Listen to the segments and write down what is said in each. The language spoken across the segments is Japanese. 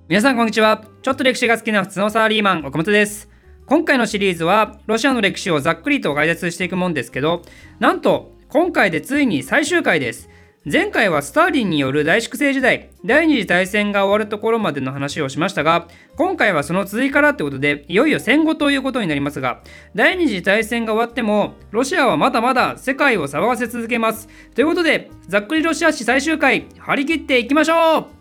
皆さんこんにちは。ちょっと歴史が好きな普通のサラリーマン岡本です。今回のシリーズはロシアの歴史をざっくりと解説していくもんですけど、なんと今回でついに最終回です。前回はスターリンによる大粛清時代、第二次大戦が終わるところまでの話をしましたが、今回はその続きからってことでいよいよ戦後ということになりますが、第二次大戦が終わってもロシアはまだまだ世界を騒がせ続けます。ということでざっくりロシア史最終回張り切っていきましょう。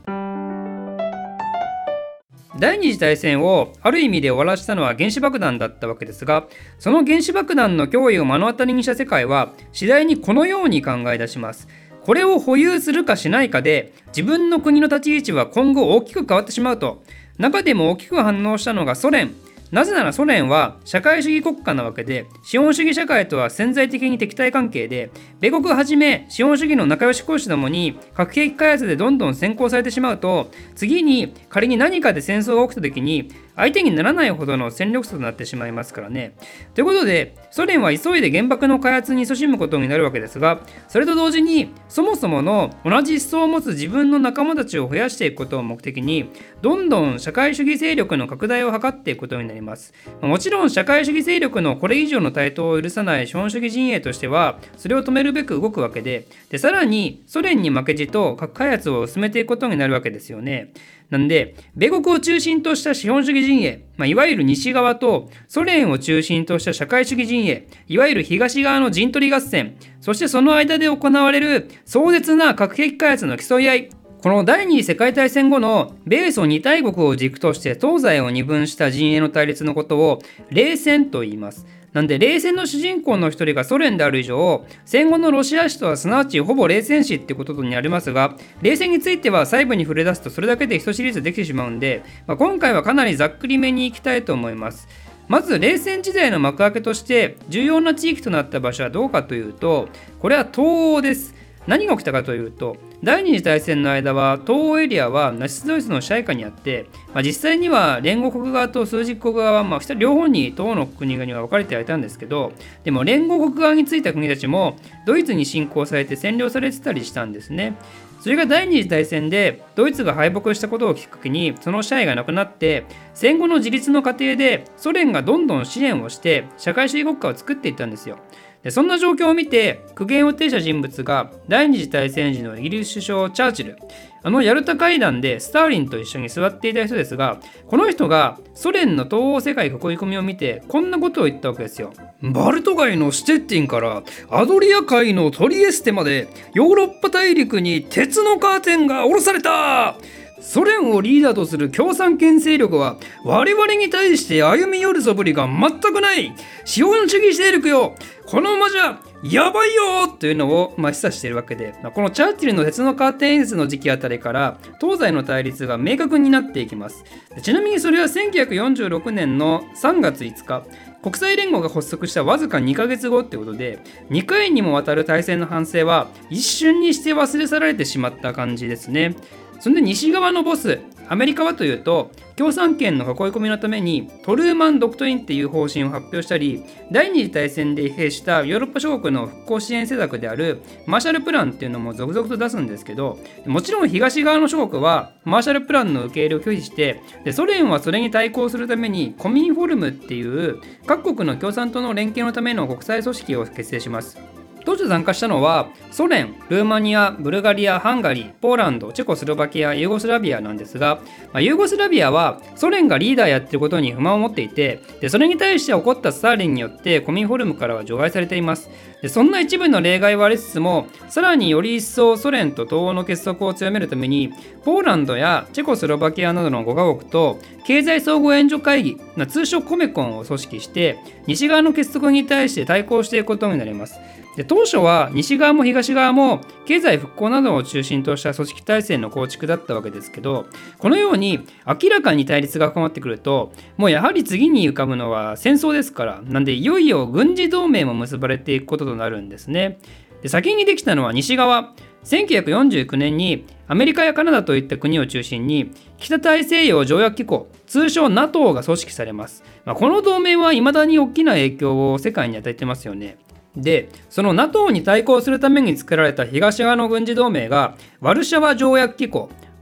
第二次大戦をある意味で終わらせたのは原子爆弾だったわけですが、その原子爆弾の脅威を目の当たりにした世界は次第にこのように考え出します。これを保有するかしないかで自分の国の立ち位置は今後大きく変わってしまうと。中でも大きく反応したのがソ連。なぜならソ連は社会主義国家なわけで、資本主義社会とは潜在的に敵対関係で、米国はじめ資本主義の仲良し講師どもに核兵器開発でどんどん先行されてしまうと、次に仮に何かで戦争が起きた時に相手にならないほどの戦力差となってしまいますからね。ということでソ連は急いで原爆の開発に勤しむことになるわけですが、それと同時にそもそもの同じ思想を持つ自分の仲間たちを増やしていくことを目的に、どんどん社会主義勢力の拡大を図っていくことになります。もちろん社会主義勢力のこれ以上の台頭を許さない資本主義陣営としてはそれを止めるべく動くわけで、さらにソ連に負けじと核開発を進めていくことになるわけですよね。なんで米国を中心とした資本主義陣営、いわゆる西側とソ連を中心とした社会主義陣営、いわゆる東側の陣取り合戦、そしてその間で行われる壮絶な核兵器開発の競い合い、この第二次世界大戦後の米ソ二大国を軸として東西を二分した陣営の対立のことを冷戦と言います。なんで冷戦の主人公の一人がソ連である以上、戦後のロシア史とはすなわちほぼ冷戦史ってことになりますが、冷戦については細部に触れ出すとそれだけで一シリーズできてしまうんで、今回はかなりざっくりめにいきたいと思います。まず冷戦時代の幕開けとして重要な地域となった場所はどうかというと、これは東欧です。何が起きたかというと、第二次大戦の間は東欧エリアはナチスドイツの支配下にあって、実際には連合国側と枢軸国側は、両方に東欧の国々は分かれてはいたんですけど、でも連合国側についた国たちもドイツに侵攻されて占領されてたりしたんですね。それが第二次大戦でドイツが敗北したことをきっかけにその支配がなくなって、戦後の自立の過程でソ連がどんどん支援をして社会主義国家を作っていったんですよ。そんな状況を見て苦言を呈した人物が第二次大戦時のイギリス首相チャーチル。ヤルタ会談でスターリンと一緒に座っていた人ですが、この人がソ連の東欧世界囲い込みを見てこんなことを言ったわけですよ。バルト海のシュテッティンからアドリア海のトリエステまでヨーロッパ大陸に鉄のカーテンが下ろされた。ソ連をリーダーとする共産権勢力は我々に対して歩み寄る素振りが全くない。資本主義勢力よ、このままじゃやばいよというのを示唆しているわけで、このチャーチルの鉄のカーテン演説の時期あたりから東西の対立が明確になっていきます。ちなみにそれは1946年の3月5日、国際連合が発足したわずか2ヶ月後ってことで、2回にもわたる大戦の反省は一瞬にして忘れ去られてしまった感じですね。そんで西側のボスアメリカはというと、共産権の囲い込みのためにトルーマンドクトリンっていう方針を発表したり、第二次大戦で疲弊したヨーロッパ諸国の復興支援施策であるマーシャルプランっていうのも続々と出すんですけど、もちろん東側の諸国はマーシャルプランの受け入れを拒否して、ソ連はそれに対抗するためにコミンフォルムっていう各国の共産党の連携のための国際組織を結成します。当初参加したのはソ連、ルーマニア、ブルガリア、ハンガリー、ポーランド、チェコスロバキア、ユーゴスラビアなんですが、ユーゴスラビアはソ連がリーダーやってることに不満を持っていて、それに対して起こったスターリンによってコミンフォルムからは除外されています。そんな一部の例外はありつつも、さらにより一層ソ連と東欧の結束を強めるために、ポーランドやチェコスロバキアなどの5カ国と経済相互援助会議、通称コメコンを組織して西側の結束に対して対抗していくことになります。当初は西側も東側も経済復興などを中心とした組織体制の構築だったわけですけど、このように明らかに対立が深まってくると、もうやはり次に浮かぶのは戦争ですから、なんでいよいよ軍事同盟も結ばれていくこととなるんですね。先にできたのは西側。1949年にアメリカやカナダといった国を中心に北大西洋条約機構、通称 NATO が組織されます。この同盟は未だに大きな影響を世界に与えてますよね。で、その NATO に対抗するために作られた東側の軍事同盟がワルシャワ条約機構、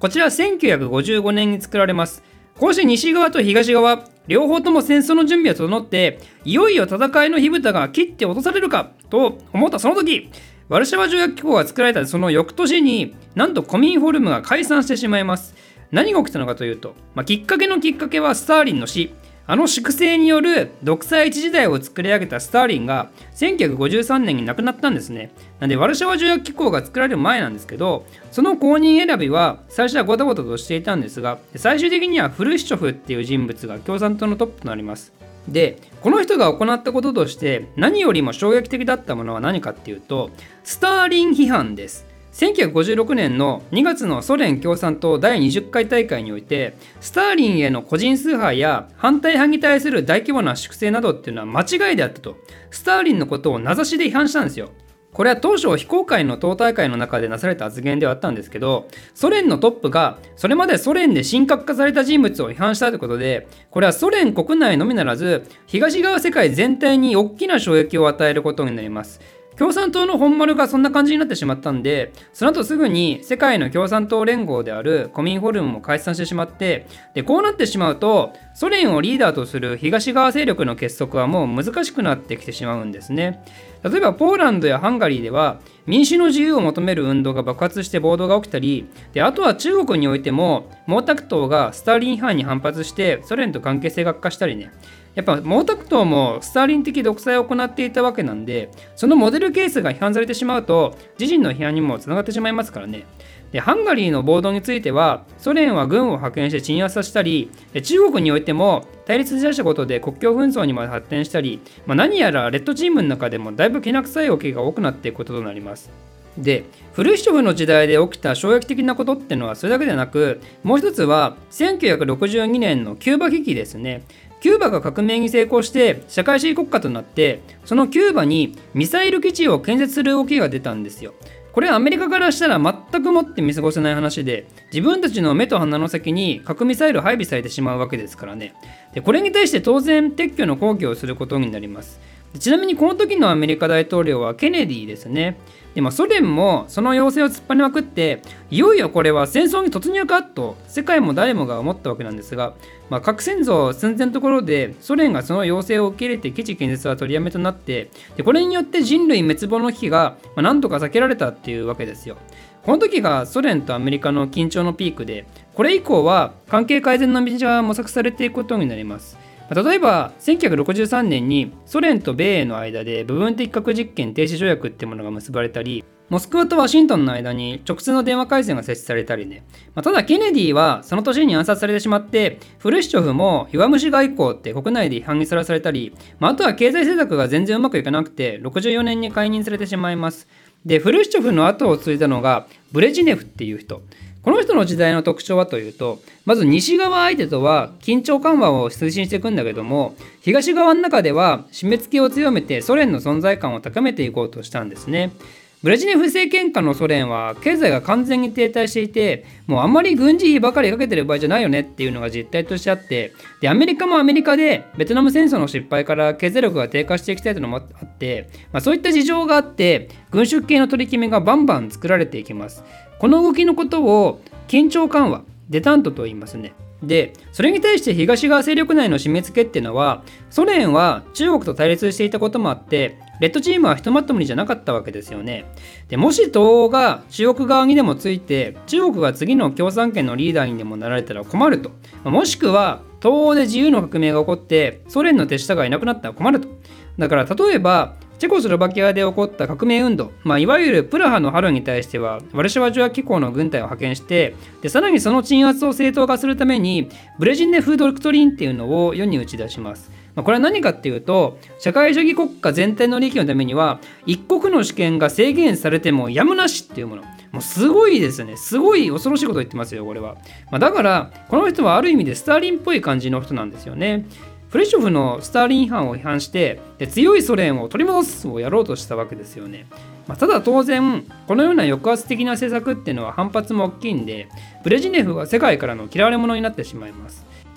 こちら1955年に作られます。こうして西側と東側、両方とも戦争の準備が整って、いよいよ戦いの火蓋が切って落とされるかと思ったその時、ワルシャワ条約機構が作られたその翌年に、なんとコミンフォルムが解散してしまいます。何が起きたのかというと、きっかけはスターリンの死。あの粛清による独裁一時代を作り上げたスターリンが1953年に亡くなったんですね。なんでワルシャワ条約機構が作られる前なんですけど、その後任選びは最初はごたごたとしていたんですが、最終的にはフルシチョフっていう人物が共産党のトップとなります。で、この人が行ったこととして何よりも衝撃的だったものは何かっていうと、スターリン批判です。1956年の2月のソ連共産党第20回大会において、スターリンへの個人崇拝や反対派に対する大規模な粛清などっていうのは間違いであったと、スターリンのことを名指しで批判したんですよ。これは当初非公開の党大会の中でなされた発言ではあったんですけど、ソ連のトップがそれまでソ連で神格化された人物を批判したということで、これはソ連国内のみならず東側世界全体に大きな衝撃を与えることになります。共産党の本丸がそんな感じになってしまったんで、その後すぐに世界の共産党連合であるコミンフォルムも解散してしまって、でこうなってしまうとソ連をリーダーとする東側勢力の結束はもう難しくなってきてしまうんですね。例えばポーランドやハンガリーでは民主の自由を求める運動が爆発して暴動が起きたり、であとは中国においても毛沢東がスターリン批判に反発してソ連と関係性が悪化したりね、やっぱ毛沢東もスターリン的独裁を行っていたわけなんで、そのモデルケースが批判されてしまうと自身の批判にもつながってしまいますからね。でハンガリーの暴動についてはソ連は軍を派遣して鎮圧させたり、中国においても対立しだしたことで国境紛争にまで発展したり、何やらレッドチームの中でもだいぶきな臭い動きが多くなっていくこととなります。でフルシチョフの時代で起きた衝撃的なことってのはそれだけでなく、もう一つは1962年のキューバ危機ですね。キューバが革命に成功して社会主義国家となって、そのキューバにミサイル基地を建設する動きが出たんですよ。これはアメリカからしたら全くもって見過ごせない話で、自分たちの目と鼻の先に核ミサイル配備されてしまうわけですからね。でこれに対して当然撤去の抗議をすることになります。ちなみにこの時のアメリカ大統領はケネディですね。でソ連もその要請を突っ張りまくって、いよいよこれは戦争に突入かと世界も誰もが思ったわけなんですが、核戦争寸前のところでソ連がその要請を受け入れて基地建設は取りやめとなって、でこれによって人類滅亡の危機がなんとか避けられたっていうわけですよ。この時がソ連とアメリカの緊張のピークで、これ以降は関係改善の道が模索されていくことになります。例えば1963年にソ連と米英の間で部分的核実験停止条約っていうものが結ばれたり、モスクワとワシントンの間に直通の電話回線が設置されたりね。ただケネディはその年に暗殺されてしまって、フルシチョフも弱虫外交って国内で批判にさらされたり、あとは経済政策が全然うまくいかなくて64年に解任されてしまいます。でフルシチョフの後を継いだのがブレジネフっていう人。この人の時代の特徴はというと、まず西側相手とは緊張緩和を推進していくんだけども、東側の中では締め付けを強めてソ連の存在感を高めていこうとしたんですね。ブレジネフ政権下のソ連は経済が完全に停滞していて、もうあんまり軍事費ばかりかけてる場合じゃないよねっていうのが実態としてあって、でアメリカもアメリカでベトナム戦争の失敗から経済力が低下していきたいというのもあって、そういった事情があって軍縮系の取り決めがバンバン作られていきます。この動きのことを緊張緩和、デタントと言いますね。でそれに対して東側勢力内の締め付けっていうのは、ソ連は中国と対立していたこともあって、レッドチームはひとまとまりじゃなかったわけですよね。でもし東欧が中国側にでもついて、中国が次の共産圏のリーダーにでもなられたら困ると、もしくは東欧で自由の革命が起こってソ連の手下がいなくなったら困ると。だから例えばチェコスロバキアで起こった革命運動、いわゆるプラハの春に対してはワルシャワ条約機構の軍隊を派遣して、でさらにその鎮圧を正当化するためにブレジネフドクトリンっていうのを世に打ち出します。これは何かっていうと、社会主義国家全体の利益のためには一国の主権が制限されてもやむなしっていうもの。もうすごいですね。すごい恐ろしいこと言ってますよ、これは。だからこの人はある意味でスターリンっぽい感じの人なんですよね。フレショフのスターリン批判を批判して、で強いソ連を取り戻すをやろうとしたわけですよね。ただ当然このような抑圧的な政策っていうのは反発も大きいんで、ブレジネフは世界からの嫌われ者になってしまいます。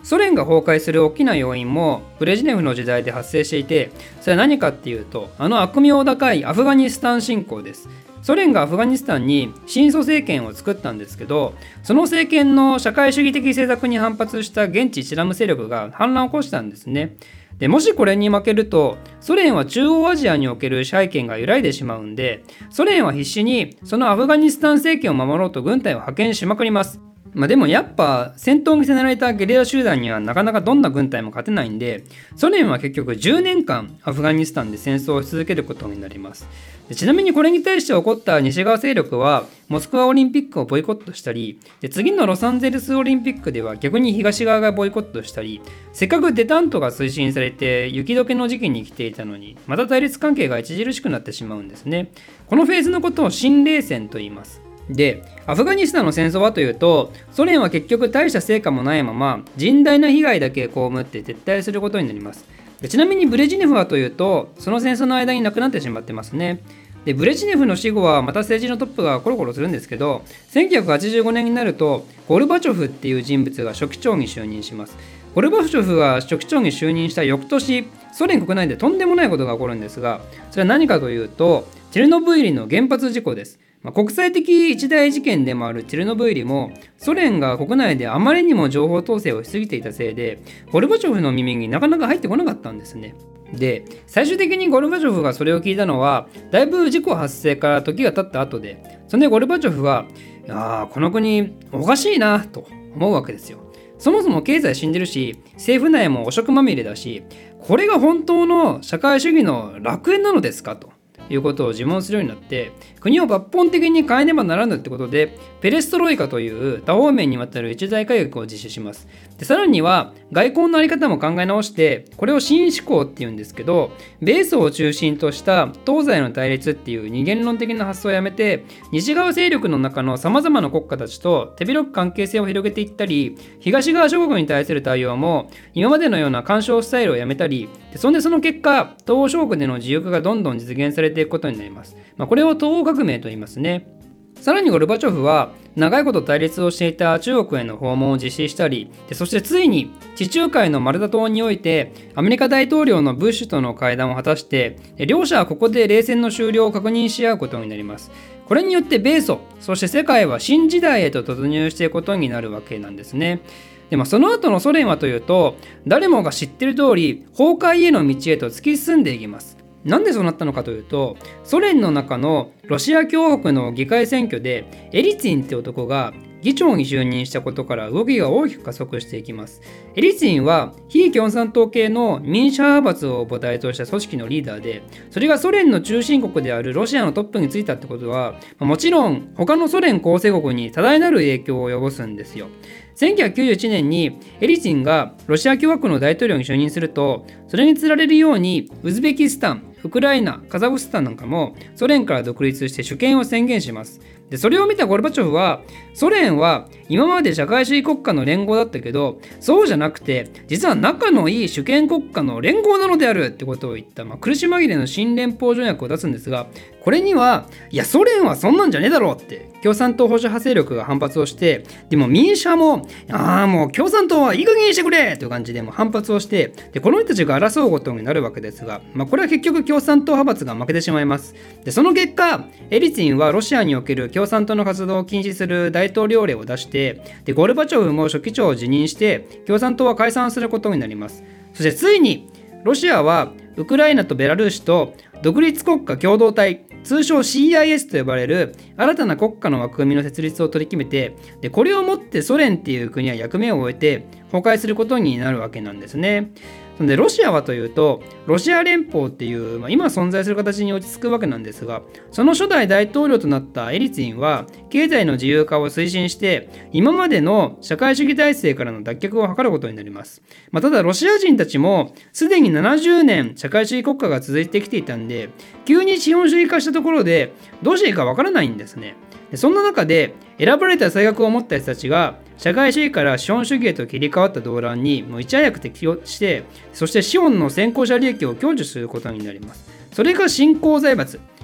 ソ連が崩壊する大きな要因もブレジネフの時代で発生していて、それは何かっていうと、悪名高いアフガニスタン侵攻です。ソ連がアフガニスタンに親ソ政権を作ったんですけど、その政権の社会主義的政策に反発した現地イスラム勢力が反乱を起こしたんですね。でもしこれに負けると、ソ連は中央アジアにおける支配権が揺らいでしまうんで、ソ連は必死にそのアフガニスタン政権を守ろうと軍隊を派遣しまくります。でもやっぱ戦闘に捨てられたゲリラ集団にはなかなかどんな軍隊も勝てないんで、ソ連は結局10年間アフガニスタンで戦争をし続けることになります。ちなみにこれに対して起こった西側勢力はモスクワオリンピックをボイコットしたり、次のロサンゼルスオリンピックでは逆に東側がボイコットしたり、せっかくデタントが推進されて雪解けの時期に来ていたのに、また対立関係が著しくなってしまうんですね。このフェーズのことを新冷戦と言います。で、アフガニスタンの戦争はというと、ソ連は結局大した成果もないまま甚大な被害だけ被って撤退することになります。ちなみにブレジネフはというと、その戦争の間に亡くなってしまってますね。で、ブレジネフの死後はまた政治のトップがコロコロするんですけど、1985年になるとゴルバチョフっていう人物が書記長に就任します。ゴルバチョフが書記長に就任した翌年、ソ連国内でとんでもないことが起こるんですが、それは何かというと、チェルノブイリの原発事故です。国際的一大事件でもあるチェルノブイリも、ソ連が国内であまりにも情報統制をしすぎていたせいで、ゴルバチョフの耳になかなか入ってこなかったんですね。で、最終的にゴルバチョフがそれを聞いたのは、だいぶ事故発生から時が経った後で、それでゴルバチョフは、この国おかしいなと思うわけですよ。そもそも経済死んでるし、政府内も汚職まみれだし、これが本当の社会主義の楽園なのですかということを自問するようになって、国を抜本的に変えねばならぬってことで、ペレストロイカという多方面にわたる一大改革を実施します。で、さらには外交のあり方も考え直して、これを新思考っていうんですけど、米ソを中心とした東西の対立っていう二元論的な発想をやめて、西側勢力の中の様々な国家たちと手広く関係性を広げていったり、東側諸国に対する対応も今までのような干渉スタイルをやめたり、その結果、東欧諸国での自由化がどんどん実現されていくことになります。これを東欧革命と言いますね。さらにゴルバチョフは長いこと対立をしていた中国への訪問を実施したり、そしてついに地中海のマルタ島においてアメリカ大統領のブッシュとの会談を果たして、両者はここで冷戦の終了を確認し合うことになります。これによって米ソ、そして世界は新時代へと突入していくことになるわけなんですね。で、その後のソ連はというと、誰もが知っている通り崩壊への道へと突き進んでいきます。なんでそうなったのかというと、ソ連の中のロシア共和国の議会選挙でエリツィンって男が議長に就任したことから動きが大きく加速していきます。エリツィンは非共産党系の民主派閥を母体とした組織のリーダーで、それがソ連の中心国であるロシアのトップに就いたってことは、もちろん他のソ連構成国に多大なる影響を及ぼすんですよ。1991年にエリツィンがロシア共和国の大統領に就任すると、それにつられるようにウズベキスタン、ウクライナ、カザフスタンなんかもソ連から独立して主権を宣言します。で、それを見たゴルバチョフは、ソ連は今まで社会主義国家の連合だったけど、そうじゃなくて実は仲のいい主権国家の連合なのであるってことを言った、苦し紛れの新連邦条約を出すんですが、これにはいやソ連はそんなんじゃねえだろうって共産党保守派勢力が反発をして、でも民主派ももう共産党はいい加減にしてくれという感じでも反発をして、でこの人たちが争うことになるわけですが、これは結局共産党派閥が負けてしまいます。でその結果、エリツィンはロシアにおける共産党の活動を禁止する大統領令を出して、でゴルバチョフも書記長を辞任して共産党は解散することになります。そしてついにロシアはウクライナとベラルーシと独立国家共同体、通称 CIS と呼ばれる新たな国家の枠組みの設立を取り決めて、でこれをもってソ連っていう国は役目を終えて崩壊することになるわけなんですね。でロシアはというと、ロシア連邦っていう、今存在する形に落ち着くわけなんですが、その初代大統領となったエリツィンは経済の自由化を推進して、今までの社会主義体制からの脱却を図ることになります。ただロシア人たちもすでに70年社会主義国家が続いてきていたんで、急に資本主義化したところでどうしていいかわからないんですね。そんな中で選ばれた才学を持った人たちが社会主義から資本主義へと切り替わった動乱にいち早く適応して、そして資本の先行者利益を享受することになります。それが新興財閥、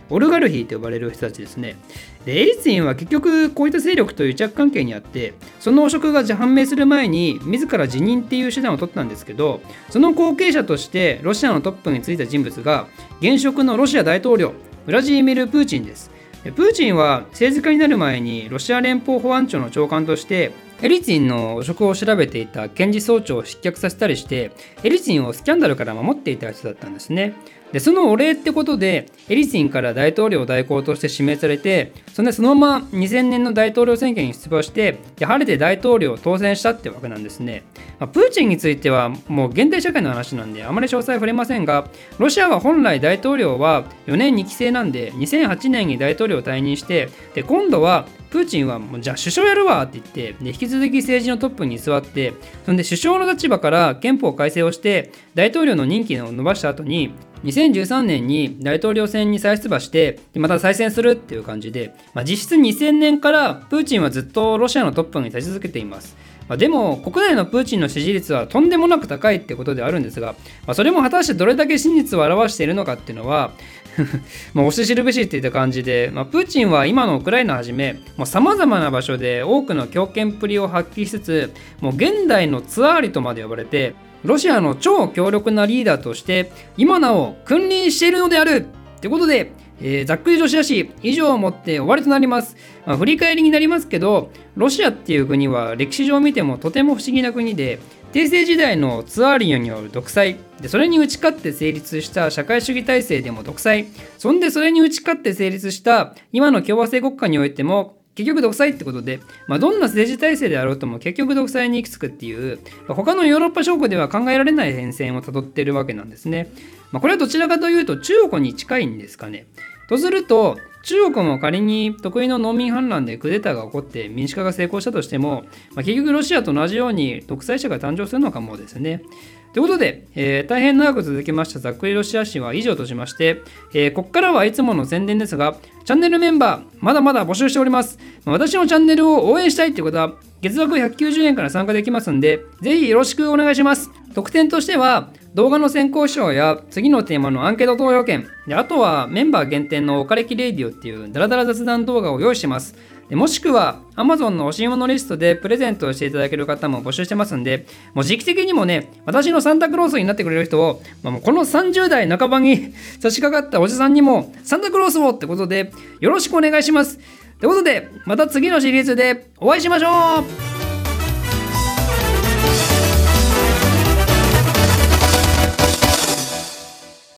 オルガルヒと呼ばれる人たちですね。でエリツィンは結局こういった勢力と癒着関係にあって、その汚職が判明する前に自ら辞任っていう手段を取ったんですけど、その後継者としてロシアのトップに就いた人物が現職のロシア大統領ウラジーミル・プーチンです。プーチンは政治家になる前にロシア連邦保安庁の長官としてエリツィンの汚職を調べていた検事総長を失脚させたりして、エリツィンをスキャンダルから守っていた人だったんですね。でそのお礼ってことでエリツィンから大統領代行として指名されて、そのまま2000年の大統領選挙に出馬して晴れて大統領を当選したってわけなんですね。プーチンについてはもう現代社会の話なんであまり詳細触れませんが、ロシアは本来大統領は4年2期制なんで、2008年に大統領を退任して、で今度はプーチンはもうじゃあ首相やるわって言って、で引き続き政治のトップに座って、そんで首相の立場から憲法改正をして大統領の任期を延ばした後に2013年に大統領選に再出馬してまた再選するっていう感じで、実質2000年からプーチンはずっとロシアのトップに立ち続けています。でも国内のプーチンの支持率はとんでもなく高いってことであるんですが、それも果たしてどれだけ真実を表しているのかっていうのは推し知るべしっていった感じで、プーチンは今のウクライナはじめさまざまな場所で多くの強権っぷりを発揮しつつ、もう現代のツアーリとまで呼ばれて、ロシアの超強力なリーダーとして今なお君臨しているのであるということで、ざっくりロシア史以上をもって終わりとなります。振り返りになりますけど、ロシアっていう国は歴史上見てもとても不思議な国で、帝政時代のツアーリンによる独裁で、それに打ち勝って成立した社会主義体制でも独裁、そんでそれに打ち勝って成立した今の共和制国家においても結局独裁ってことで、どんな政治体制であろうとも結局独裁に行き着くっていう、他のヨーロッパ諸国では考えられない変遷をたどっているわけなんですね。これはどちらかというと中国に近いんですかね。とすると中国も仮に得意の農民反乱でクーデターが起こって民主化が成功したとしても、結局ロシアと同じように独裁者が誕生するのかもですね。ということで、大変長く続きましたざっくりロシア史は以上としまして、ここからはいつもの宣伝ですが、チャンネルメンバーまだまだ募集しております。私のチャンネルを応援したいという方は月額190円から参加できますんで、ぜひよろしくお願いします。特典としては動画の先行賞や次のテーマのアンケート投票券で、あとはメンバー限定のおかれきレイディオっていうダラダラ雑談動画を用意してます。でもしくは Amazon の欲しいものリストでプレゼントをしていただける方も募集してますんで、もう時期的にもね、私のサンタクロースになってくれる人を、もうこの30代半ばに差し掛かったおじさんにもサンタクロースをってことでよろしくお願いします。ということでまた次のシリーズでお会いしましょう。